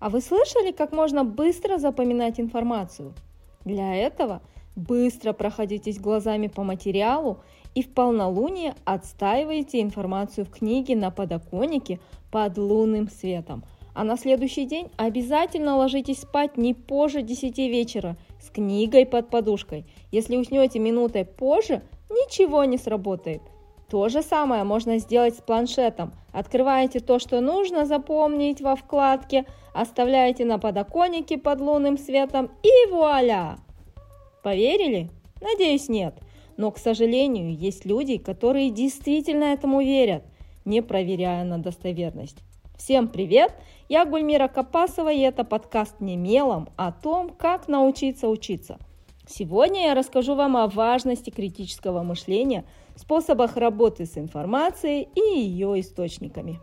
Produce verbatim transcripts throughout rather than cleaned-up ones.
А вы слышали, как можно быстро запоминать информацию? Для этого быстро проходитесь глазами по материалу и в полнолуние отстаиваете информацию в книге на подоконнике под лунным светом. А на следующий день обязательно ложитесь спать не позже десяти вечера с книгой под подушкой. Если уснете минутой позже, ничего не сработает. То же самое можно сделать с планшетом. Открываете то, что нужно запомнить во вкладке, оставляете на подоконнике под лунным светом и вуаля! Поверили? Надеюсь, нет. Но, к сожалению, есть люди, которые действительно этому верят, не проверяя на достоверность. Всем привет! Я Гульмира Капасова, и это подкаст «Не мелом» о том, как научиться учиться. Сегодня я расскажу вам о важности критического мышления, способах работы с информацией и ее источниками.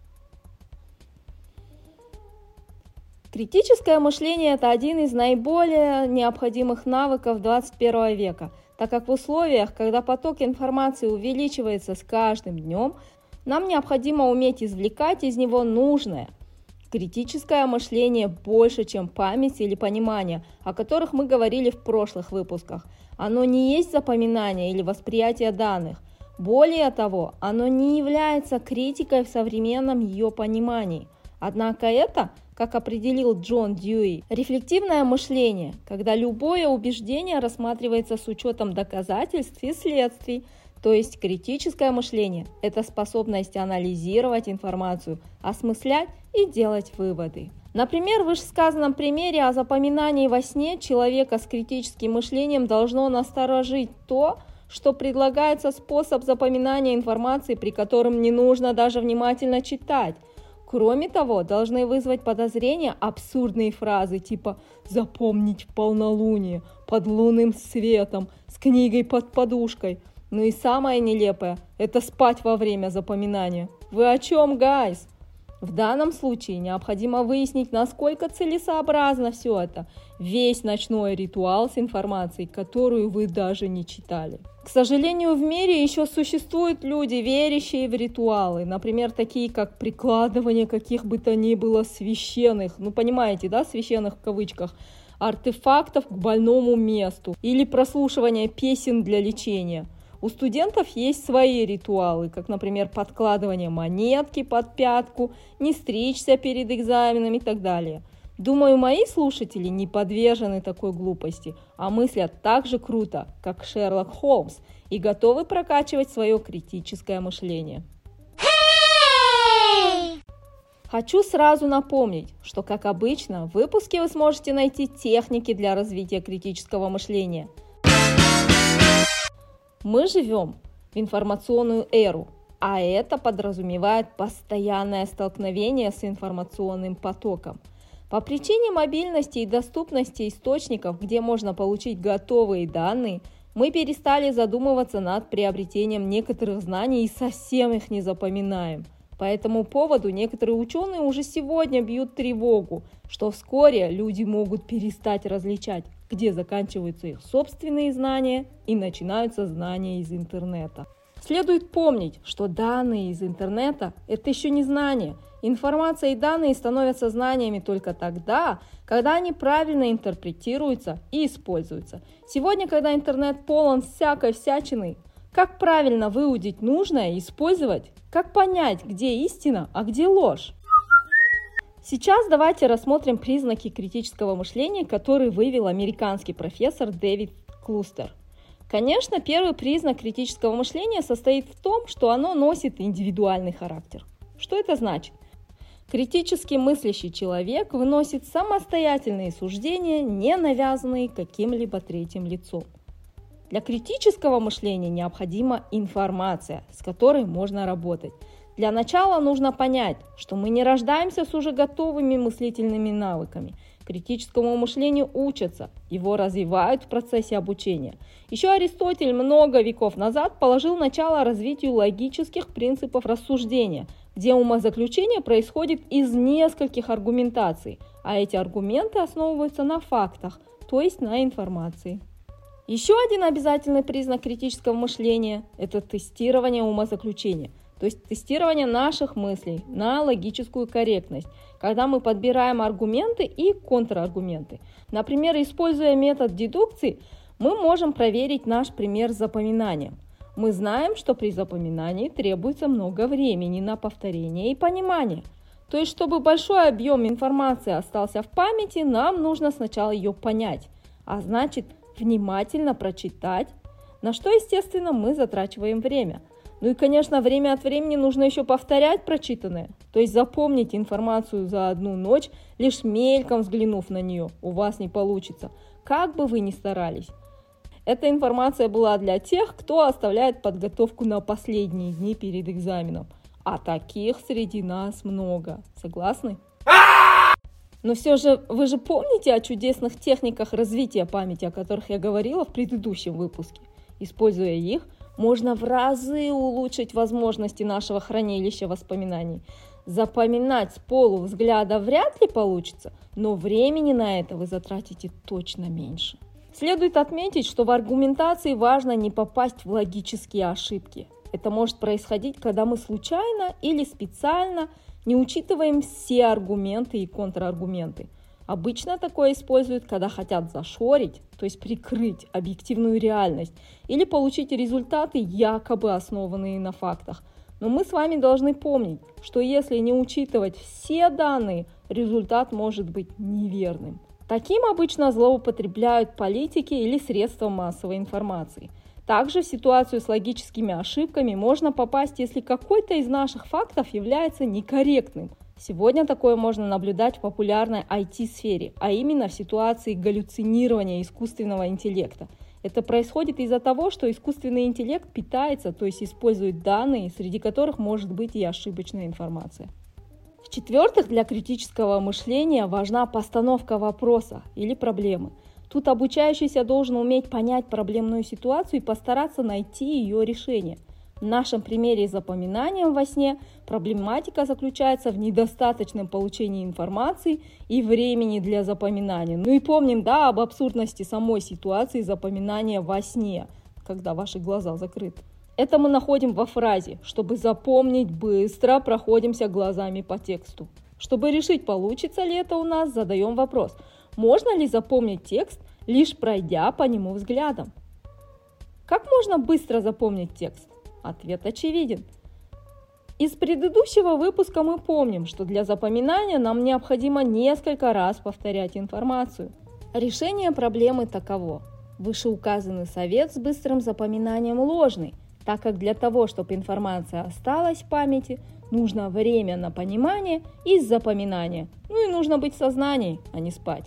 Критическое мышление – это один из наиболее необходимых навыков двадцать первого века, так как в условиях, когда поток информации увеличивается с каждым днем, нам необходимо уметь извлекать из него нужное. Критическое мышление больше, чем память или понимание, о которых мы говорили в прошлых выпусках. Оно не есть запоминание или восприятие данных. Более того, оно не является критикой в современном ее понимании. Однако это, как определил Джон Дьюи, рефлективное мышление, когда любое убеждение рассматривается с учетом доказательств и следствий. То есть критическое мышление – это способность анализировать информацию, осмыслять и делать выводы. Например, в вышесказанном примере о запоминании во сне человека с критическим мышлением должно насторожить то, что предлагается способ запоминания информации, при котором не нужно даже внимательно читать. Кроме того, должны вызвать подозрение абсурдные фразы типа «запомнить в полнолуние», «под лунным светом», «с книгой под подушкой». Ну и самое нелепое – это спать во время запоминания. Вы о чем, гайс? В данном случае необходимо выяснить, насколько целесообразно все это, весь ночной ритуал с информацией, которую вы даже не читали. К сожалению, в мире еще существуют люди, верящие в ритуалы, например, такие как прикладывание каких бы то ни было священных, ну понимаете, да, священных в кавычках, артефактов к больному месту или прослушивание песен для лечения. У студентов есть свои ритуалы, как, например, подкладывание монетки под пятку, не стричься перед экзаменом и так далее. Думаю, мои слушатели не подвержены такой глупости, а мыслят так же круто, как Шерлок Холмс, и готовы прокачивать свое критическое мышление. Хочу сразу напомнить, что, как обычно, в выпуске вы сможете найти техники для развития критического мышления. Мы живем в информационную эру, а это подразумевает постоянное столкновение с информационным потоком. По причине мобильности и доступности источников, где можно получить готовые данные, мы перестали задумываться над приобретением некоторых знаний и совсем их не запоминаем. По этому поводу некоторые ученые уже сегодня бьют тревогу, что вскоре люди могут перестать различать, где заканчиваются их собственные знания и начинаются знания из интернета. Следует помнить, что данные из интернета – это еще не знания. Информация и данные становятся знаниями только тогда, когда они правильно интерпретируются и используются. Сегодня, когда интернет полон всякой всячины, как правильно выудить нужное и использовать? Как понять, где истина, а где ложь? Сейчас давайте рассмотрим признаки критического мышления, которые вывел американский профессор Дэвид Клустер. Конечно, первый признак критического мышления состоит в том, что оно носит индивидуальный характер. Что это значит? Критически мыслящий человек выносит самостоятельные суждения, не навязанные каким-либо третьим лицом. Для критического мышления необходима информация, с которой можно работать. Для начала нужно понять, что мы не рождаемся с уже готовыми мыслительными навыками. Критическому мышлению учатся, его развивают в процессе обучения. Еще Аристотель много веков назад положил начало развитию логических принципов рассуждения, где умозаключение происходит из нескольких аргументаций, а эти аргументы основываются на фактах, то есть на информации. Еще один обязательный признак критического мышления – это тестирование умозаключения. То есть тестирование наших мыслей на логическую корректность, когда мы подбираем аргументы и контраргументы. Например, используя метод дедукции, мы можем проверить наш пример с запоминанием. Мы знаем, что при запоминании требуется много времени на повторение и понимание. То есть, чтобы большой объем информации остался в памяти, нам нужно сначала ее понять, а значит, внимательно прочитать, на что, естественно, мы затрачиваем время. Ну и, конечно, время от времени нужно еще повторять прочитанное, то есть запомнить информацию за одну ночь, лишь мельком взглянув на нее, у вас не получится, как бы вы ни старались. Эта информация была для тех, кто оставляет подготовку на последние дни перед экзаменом. А таких среди нас много. Согласны? Но все же, вы же помните о чудесных техниках развития памяти, о которых я говорила в предыдущем выпуске? Используя их, можно в разы улучшить возможности нашего хранилища воспоминаний. Запоминать с полувзгляда вряд ли получится, но времени на это вы затратите точно меньше. Следует отметить, что в аргументации важно не попасть в логические ошибки. Это может происходить, когда мы случайно или специально не учитываем все аргументы и контраргументы. Обычно такое используют, когда хотят зашорить, то есть прикрыть объективную реальность, или получить результаты, якобы основанные на фактах. Но мы с вами должны помнить, что если не учитывать все данные, результат может быть неверным. Таким обычно злоупотребляют политики или средства массовой информации. Также в ситуацию с логическими ошибками можно попасть, если какой-то из наших фактов является некорректным. Сегодня такое можно наблюдать в популярной ай ти-сфере, а именно в ситуации галлюцинирования искусственного интеллекта. Это происходит из-за того, что искусственный интеллект питается, то есть использует данные, среди которых может быть и ошибочная информация. В-четвертых, для критического мышления важна постановка вопроса или проблемы. Тут обучающийся должен уметь понять проблемную ситуацию и постараться найти ее решение. В нашем примере с запоминанием во сне проблематика заключается в недостаточном получении информации и времени для запоминания. Ну и помним, да, об абсурдности самой ситуации запоминания во сне, когда ваши глаза закрыты. Это мы находим во фразе: чтобы запомнить быстро, проходимся глазами по тексту. Чтобы решить, получится ли это у нас, задаем вопрос: можно ли запомнить текст, лишь пройдя по нему взглядом? Как можно быстро запомнить текст? Ответ очевиден. Из предыдущего выпуска мы помним, что для запоминания нам необходимо несколько раз повторять информацию. Решение проблемы таково. Вышеуказанный совет с быстрым запоминанием ложный, так как для того, чтобы информация осталась в памяти, нужно время на понимание и запоминание. Ну и нужно быть в сознании, а не спать.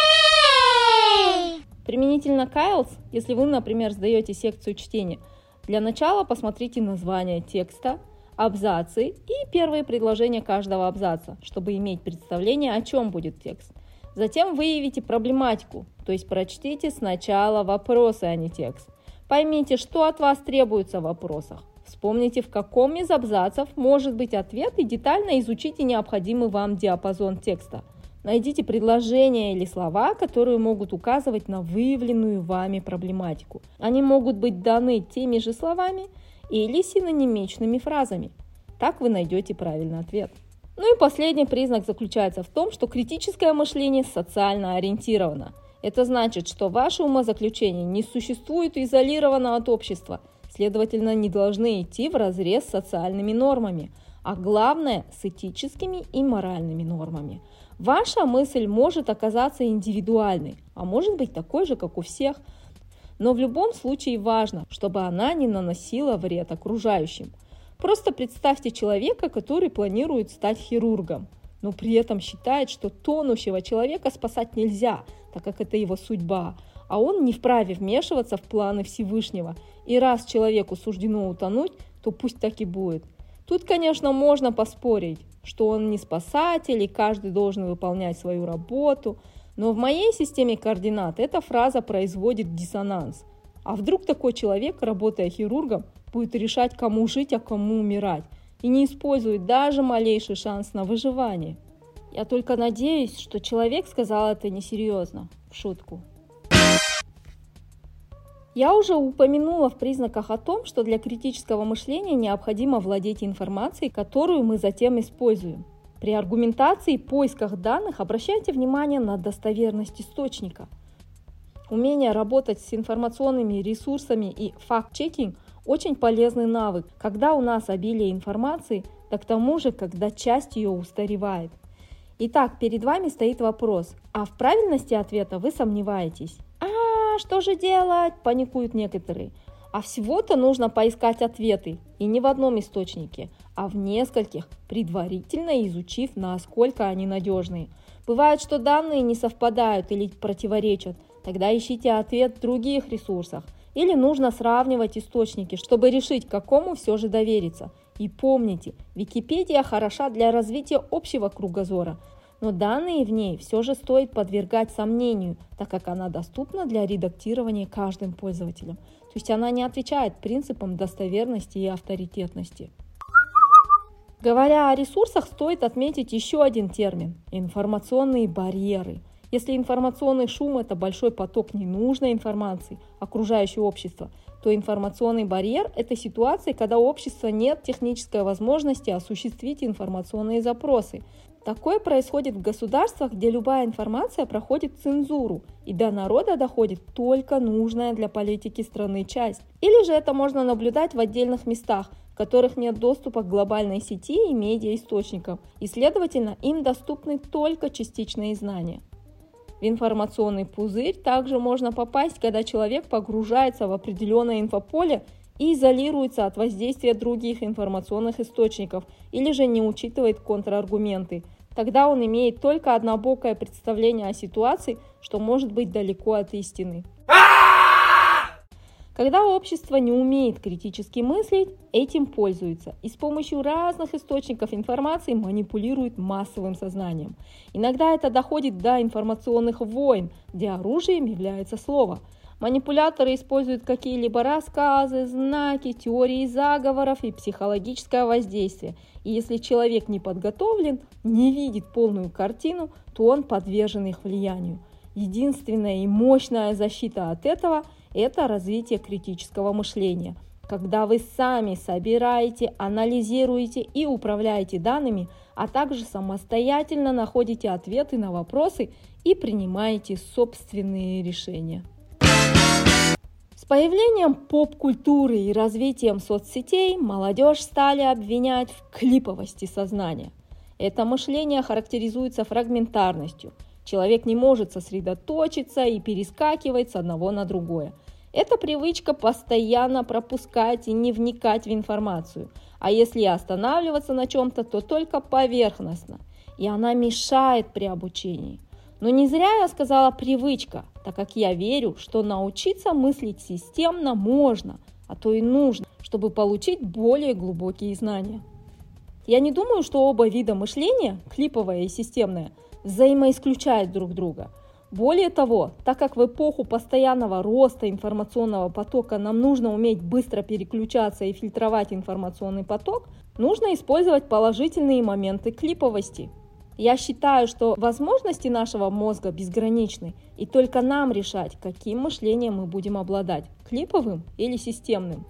Применительно к ай эл ти эс, если вы, например, сдаете секцию чтения, для начала посмотрите название текста, абзацы и первые предложения каждого абзаца, чтобы иметь представление, о чем будет текст. Затем выявите проблематику, то есть прочтите сначала вопросы, а не текст. Поймите, что от вас требуется в вопросах. Вспомните, в каком из абзацев может быть ответ, и детально изучите необходимый вам диапазон текста. Найдите предложения или слова, которые могут указывать на выявленную вами проблематику. Они могут быть даны теми же словами или синонимичными фразами. Так вы найдете правильный ответ. Ну и последний признак заключается в том, что критическое мышление социально ориентировано. Это значит, что ваши умозаключения не существуют изолированно от общества, следовательно, не должны идти вразрез с социальными нормами, а главное, с этическими и моральными нормами. Ваша мысль может оказаться индивидуальной, а может быть такой же, как у всех. Но в любом случае важно, чтобы она не наносила вред окружающим. Просто представьте человека, который планирует стать хирургом, но при этом считает, что тонущего человека спасать нельзя, так как это его судьба, а он не вправе вмешиваться в планы Всевышнего. И раз человеку суждено утонуть, то пусть так и будет. Тут, конечно, можно поспорить, что он не спасатель и каждый должен выполнять свою работу, но в моей системе координат эта фраза производит диссонанс. А вдруг такой человек, работая хирургом, будет решать, кому жить, а кому умирать, и не использует даже малейший шанс на выживание? Я только надеюсь, что человек сказал это несерьезно, в шутку. Я уже упомянула в признаках о том, что для критического мышления необходимо владеть информацией, которую мы затем используем. При аргументации и поисках данных обращайте внимание на достоверность источника. Умение работать с информационными ресурсами и факт-чекинг – очень полезный навык, когда у нас обилие информации, да к тому же, когда часть ее устаревает. Итак, перед вами стоит вопрос, а в правильности ответа вы сомневаетесь? А что же делать? Паникуют некоторые. А всего-то нужно поискать ответы, и не в одном источнике, а в нескольких, предварительно изучив, насколько они надежные. Бывает, что данные не совпадают или противоречат, тогда ищите ответ в других ресурсах. Или нужно сравнивать источники, чтобы решить, какому все же довериться. И помните, Википедия хороша для развития общего кругозора, но данные в ней все же стоит подвергать сомнению, так как она доступна для редактирования каждым пользователем. То есть она не отвечает принципам достоверности и авторитетности. Говоря о ресурсах, стоит отметить еще один термин – информационные барьеры. Если информационный шум – это большой поток ненужной информации, окружающего общества, то информационный барьер – это ситуация, когда у общества нет технической возможности осуществить информационные запросы. Такое происходит в государствах, где любая информация проходит цензуру, и до народа доходит только нужная для политики страны часть. Или же это можно наблюдать в отдельных местах, в которых нет доступа к глобальной сети и медиаисточникам, и, следовательно, им доступны только частичные знания. В информационный пузырь также можно попасть, когда человек погружается в определенное инфополе и изолируется от воздействия других информационных источников или же не учитывает контраргументы. Тогда он имеет только однобокое представление о ситуации, что может быть далеко от истины. Когда общество не умеет критически мыслить, этим пользуется и с помощью разных источников информации манипулирует массовым сознанием. Иногда это доходит до информационных войн, где оружием является слово. Манипуляторы используют какие-либо рассказы, знаки, теории заговоров и психологическое воздействие. И если человек не подготовлен, не видит полную картину, то он подвержен их влиянию. Единственная и мощная защита от этого – это развитие критического мышления. Когда вы сами собираете, анализируете и управляете данными, а также самостоятельно находите ответы на вопросы и принимаете собственные решения. С появлением поп-культуры и развитием соцсетей молодежь стали обвинять в клиповости сознания. Это мышление характеризуется фрагментарностью. Человек не может сосредоточиться и перескакивает с одного на другое. Это привычка постоянно пропускать и не вникать в информацию. А если останавливаться на чем-то, то только поверхностно. И она мешает при обучении. Но не зря я сказала привычка, так как я верю, что научиться мыслить системно можно, а то и нужно, чтобы получить более глубокие знания. Я не думаю, что оба вида мышления, клиповое и системное, взаимоисключают друг друга. Более того, так как в эпоху постоянного роста информационного потока нам нужно уметь быстро переключаться и фильтровать информационный поток, нужно использовать положительные моменты клиповости. Я считаю, что возможности нашего мозга безграничны, и только нам решать, каким мышлением мы будем обладать – клиповым или системным.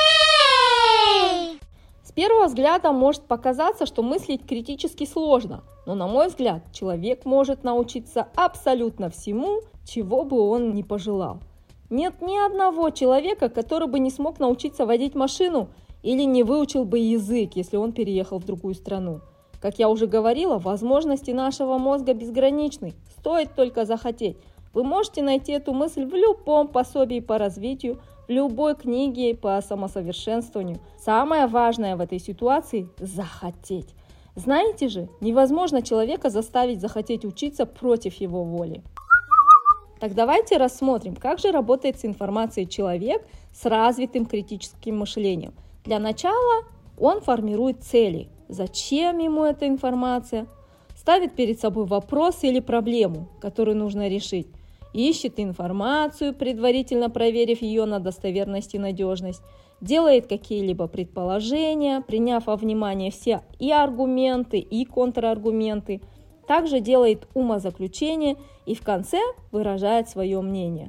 С первого взгляда может показаться, что мыслить критически сложно, но, на мой взгляд, человек может научиться абсолютно всему, чего бы он ни пожелал. Нет ни одного человека, который бы не смог научиться водить машину или не выучил бы язык, если он переехал в другую страну. Как я уже говорила, возможности нашего мозга безграничны, стоит только захотеть. Вы можете найти эту мысль в любом пособии по развитию, в любой книге по самосовершенствованию. Самое важное в этой ситуации – захотеть. Знаете же, невозможно человека заставить захотеть учиться против его воли. Так давайте рассмотрим, как же работает с информацией человек с развитым критическим мышлением. Для начала он формирует цели. Зачем ему эта информация? Ставит перед собой вопрос или проблему, которую нужно решить. Ищет информацию, предварительно проверив ее на достоверность и надежность. Делает какие-либо предположения, приняв во внимание все и аргументы, и контраргументы. Также делает умозаключение и в конце выражает свое мнение.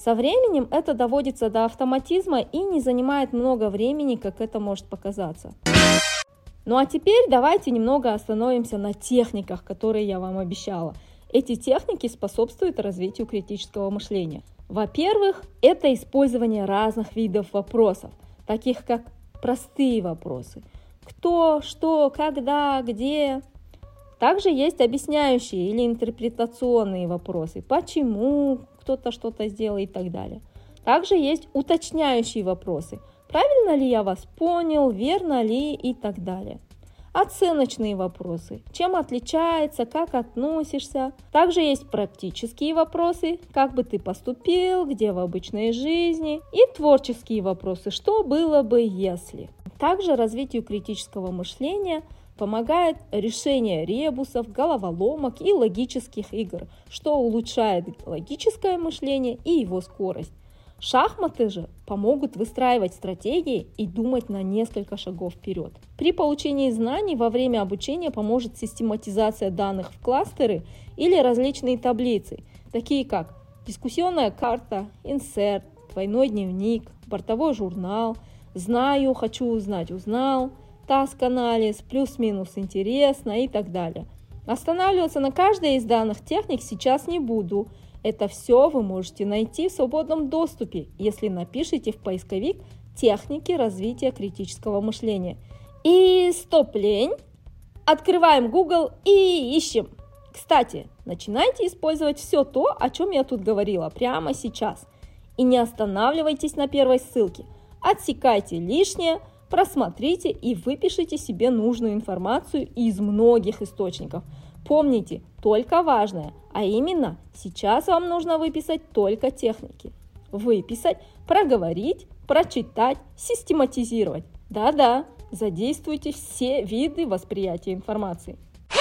Со временем это доводится до автоматизма и не занимает много времени, как это может показаться. Ну а теперь давайте немного остановимся на техниках, которые я вам обещала. Эти техники способствуют развитию критического мышления. Во-первых, это использование разных видов вопросов, таких как простые вопросы. Кто, что, когда, где. Также есть объясняющие или интерпретационные вопросы. Почему кто-то что-то сделал и так далее. Также есть уточняющие вопросы. Правильно ли я вас понял, верно ли и так далее. Оценочные вопросы. Чем отличается, как относишься. Также есть практические вопросы. Как бы ты поступил, где в обычной жизни. И творческие вопросы. Что было бы, если. Также развитию критического мышления помогает решение ребусов, головоломок и логических игр, что улучшает логическое мышление и его скорость. Шахматы же помогут выстраивать стратегии и думать на несколько шагов вперед. При получении знаний во время обучения поможет систематизация данных в кластеры или различные таблицы, такие как дискуссионная карта, инсерт, двойной дневник, бортовой журнал, знаю, хочу узнать, узнал, таск-анализ, плюс-минус интересно и так далее. Останавливаться на каждой из данных техник сейчас не буду. Это все вы можете найти в свободном доступе, если напишите в поисковик «Техники развития критического мышления». И стоп, лень! Открываем Google и ищем. Кстати, начинайте использовать все то, о чем я тут говорила прямо сейчас. И не останавливайтесь на первой ссылке. Отсекайте лишнее, просмотрите и выпишите себе нужную информацию из многих источников. Помните, только важное, а именно, сейчас вам нужно выписать только техники. Выписать, проговорить, прочитать, систематизировать. Да-да, задействуйте все виды восприятия информации.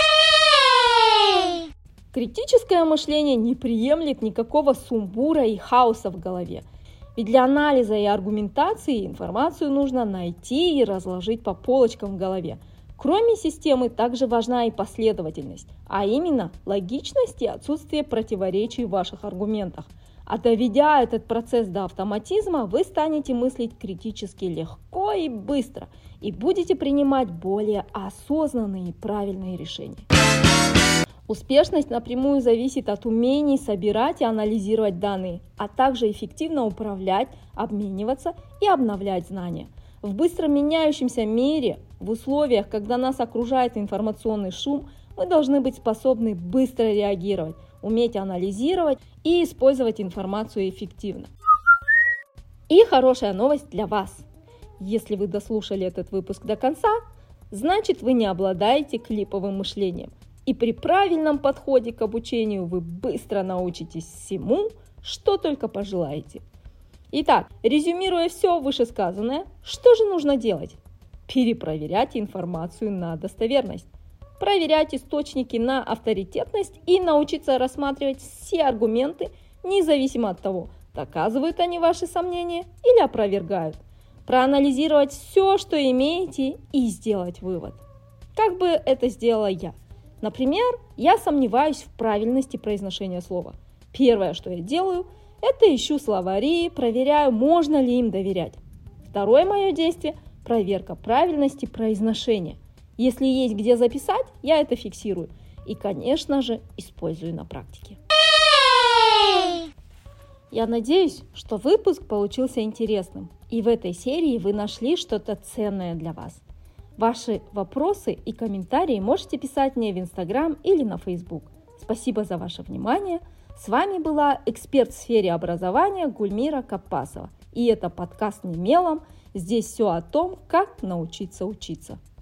Критическое мышление не приемлет никакого сумбура и хаоса в голове. Ведь для анализа и аргументации информацию нужно найти и разложить по полочкам в голове. Кроме системы, также важна и последовательность, а именно логичность и отсутствие противоречий в ваших аргументах. А доведя этот процесс до автоматизма, вы станете мыслить критически легко и быстро и будете принимать более осознанные и правильные решения. Успешность напрямую зависит от умений собирать и анализировать данные, а также эффективно управлять, обмениваться и обновлять знания. В быстро меняющемся мире, в условиях, когда нас окружает информационный шум, мы должны быть способны быстро реагировать, уметь анализировать и использовать информацию эффективно. И хорошая новость для вас. Если вы дослушали этот выпуск до конца, значит вы не обладаете клиповым мышлением. И при правильном подходе к обучению вы быстро научитесь всему, что только пожелаете. Итак, резюмируя все вышесказанное, что же нужно делать? Перепроверять информацию на достоверность, проверять источники на авторитетность и научиться рассматривать все аргументы, независимо от того, доказывают они ваши сомнения или опровергают. Проанализировать все, что имеете, и сделать вывод. Как бы это сделала я? Например, я сомневаюсь в правильности произношения слова. Первое, что я делаю, это ищу словари, проверяю, можно ли им доверять. Второе мое действие – проверка правильности произношения. Если есть где записать, я это фиксирую. И, конечно же, использую на практике. Я надеюсь, что выпуск получился интересным. И в этой серии вы нашли что-то ценное для вас. Ваши вопросы и комментарии можете писать мне в Инстаграм или на Фейсбук. Спасибо за ваше внимание. С вами была эксперт в сфере образования Гульмира Капасова. И это подкаст «Не мелом». Здесь все о том, как научиться учиться.